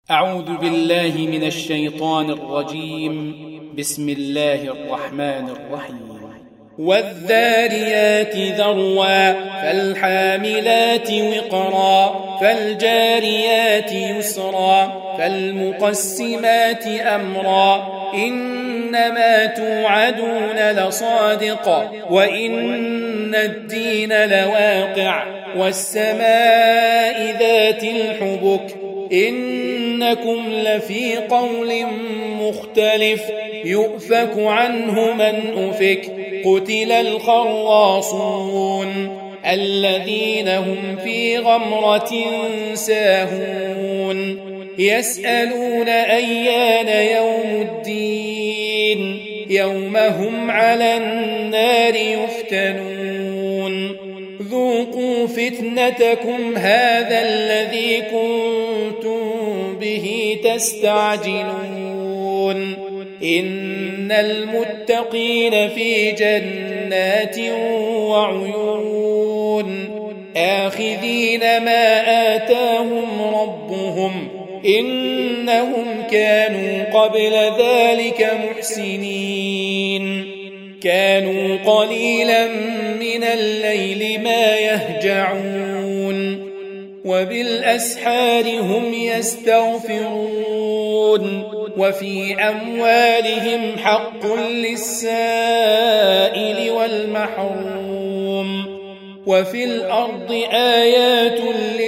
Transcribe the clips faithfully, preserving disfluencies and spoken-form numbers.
أعوذ بالله من الشيطان الرجيم. بسم الله الرحمن الرحيم. والذاريات ذروا فالحاملات وقرا فالجاريات يسرا فالمقسمات أمرا إنما توعدون لصادق وإن الدين لواقع والسماء ذات الحبك إنكم لفي قول مختلف يؤفك عنه من أفك قتل الخراصون الذين هم في غمرة ساهون يسألون أيان يوم الدين يوم هم على النار يفتنون ذوقوا فتنتكم هذا الذي كنتم به تستعجلون إن المتقين في جنات وعيون آخذين ما آتاهم ربهم إنهم كانوا قبل ذلك محسنين كانوا قليلا من الليل ما يهجعون وبالأسحار هم يستغفرون وفي أموالهم حق للسائل والمحروم وفي الأرض آيات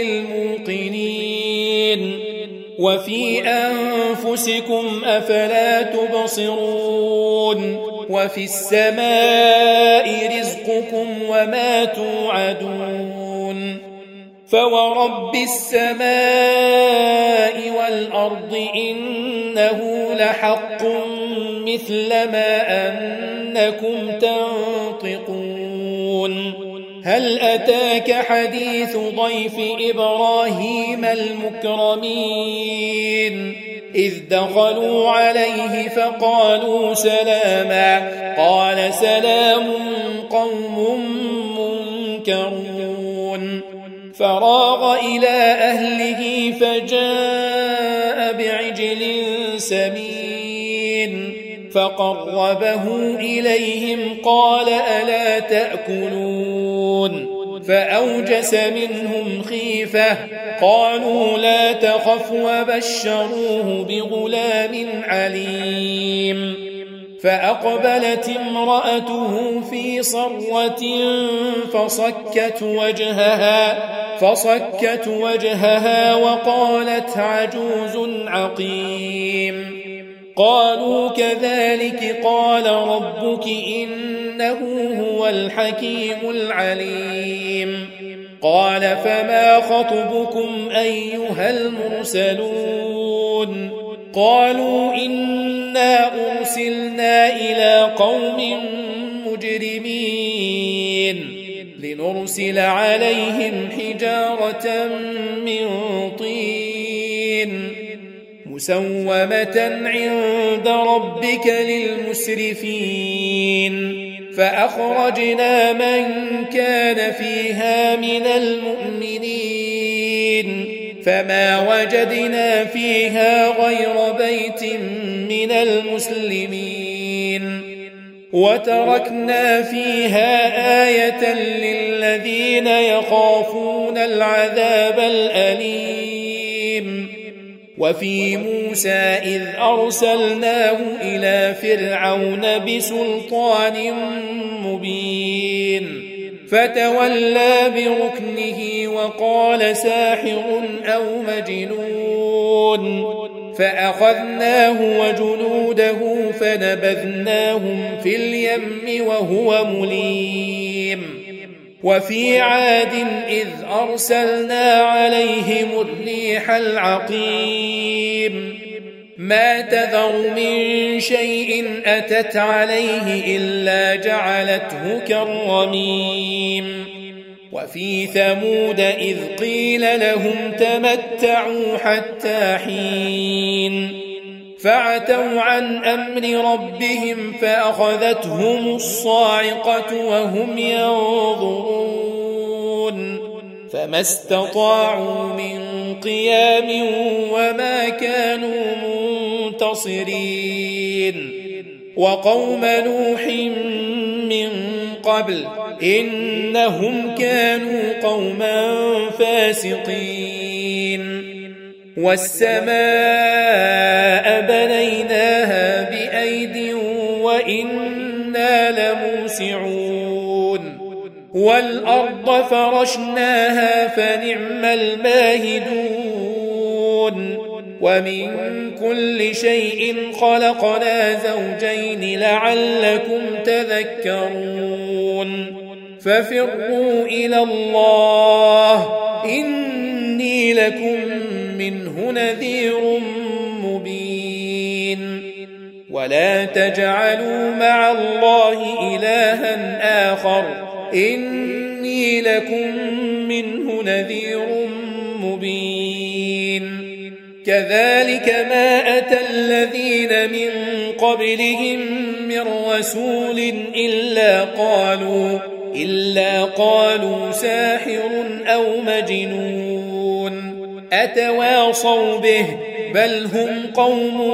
للموقنين وفي أنفسكم أفلا تبصرون وفي السماء رزقكم وما توعدون فورب السماء والأرض إنه لحق مثل ما أنكم تنطقون هل أتاك حديث ضيف إبراهيم المكرمين إذ دخلوا عليه فقالوا سلاما قال سلام قوم منكرون فراغ إلى أهله فجاء بعجل سمين فقربه إليهم قال ألا تأكلون فأوجس منهم خيفة قالوا لا تخف وبشروه بغلام عليم فأقبلت امرأته في صرة فصكت وجهها فصكت وجهها وقالت عجوز عقيم قالوا كذلك قال ربك إنه هو الحكيم العليم قال فما خطبكم أيها المرسلون قالوا إنا أرسلنا إلى قوم مجرمين لنرسل عليهم حجارة من طين مسومة عند ربك للمسرفين فأخرجنا من كان فيها من المؤمنين فما وجدنا فيها غير بيت من المسلمين وتركنا فيها آية للذين يخافون العذاب الأليم وفي موسى إذ أرسلناه إلى فرعون بسلطان مبين فتولى بركنه وقال ساحر أو مجنون فأخذناه وجنوده فنبذناهم في اليم وهو مليم وفي عاد إذ أرسلنا عليهم الريح العقيم ما تذر من شيء أتت عليه إلا جعلته كالرميم وفي ثمود إذ قيل لهم تمتعوا حتى حين فعتوا عن أمر ربهم فأخذتهم الصاعقة وهم ينظرون فما استطاعوا من قيام وما كانوا منتصرين وقوم نوح من قبل إنهم كانوا قوما فاسقين والسماء بنيناها بأيد وإنا لموسعون والأرض فرشناها فنعم الماهدون ومن كل شيء خلقنا زوجين لعلكم تذكرون ففروا إلى الله إني لكم منه نذير مبين ولا تجعلوا مع الله إلها آخر إني لكم منه نذير مبين كذلك ما أتى الذين من قبلهم من رسول إلا قالوا إلا قالوا ساحر أو مجنون أتواصوا به بل هم قوم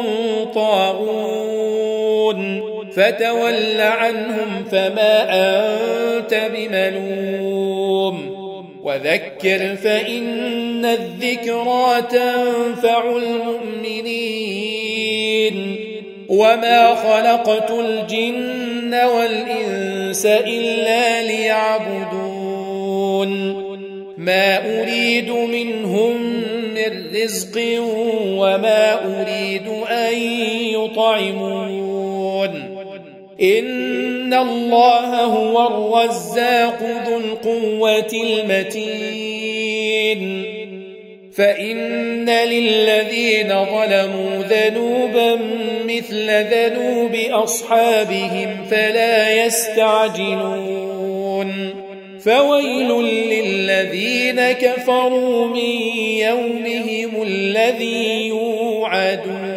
طاغون فتول عنهم فما أنت بملوم وذكر فإن الذكرى تنفع المؤمنين وما خلقت الجن والإنس إلا ليعبدون ما أريد منهم من رزق وما أريد أن يطعمون إن الله هو الرزاق ذو القوة المتين فإن للذين ظلموا ذنوبا مثل ذنوب أصحابهم فلا يستعجلون فويل للذين كفروا من يومهم الذي يوعدون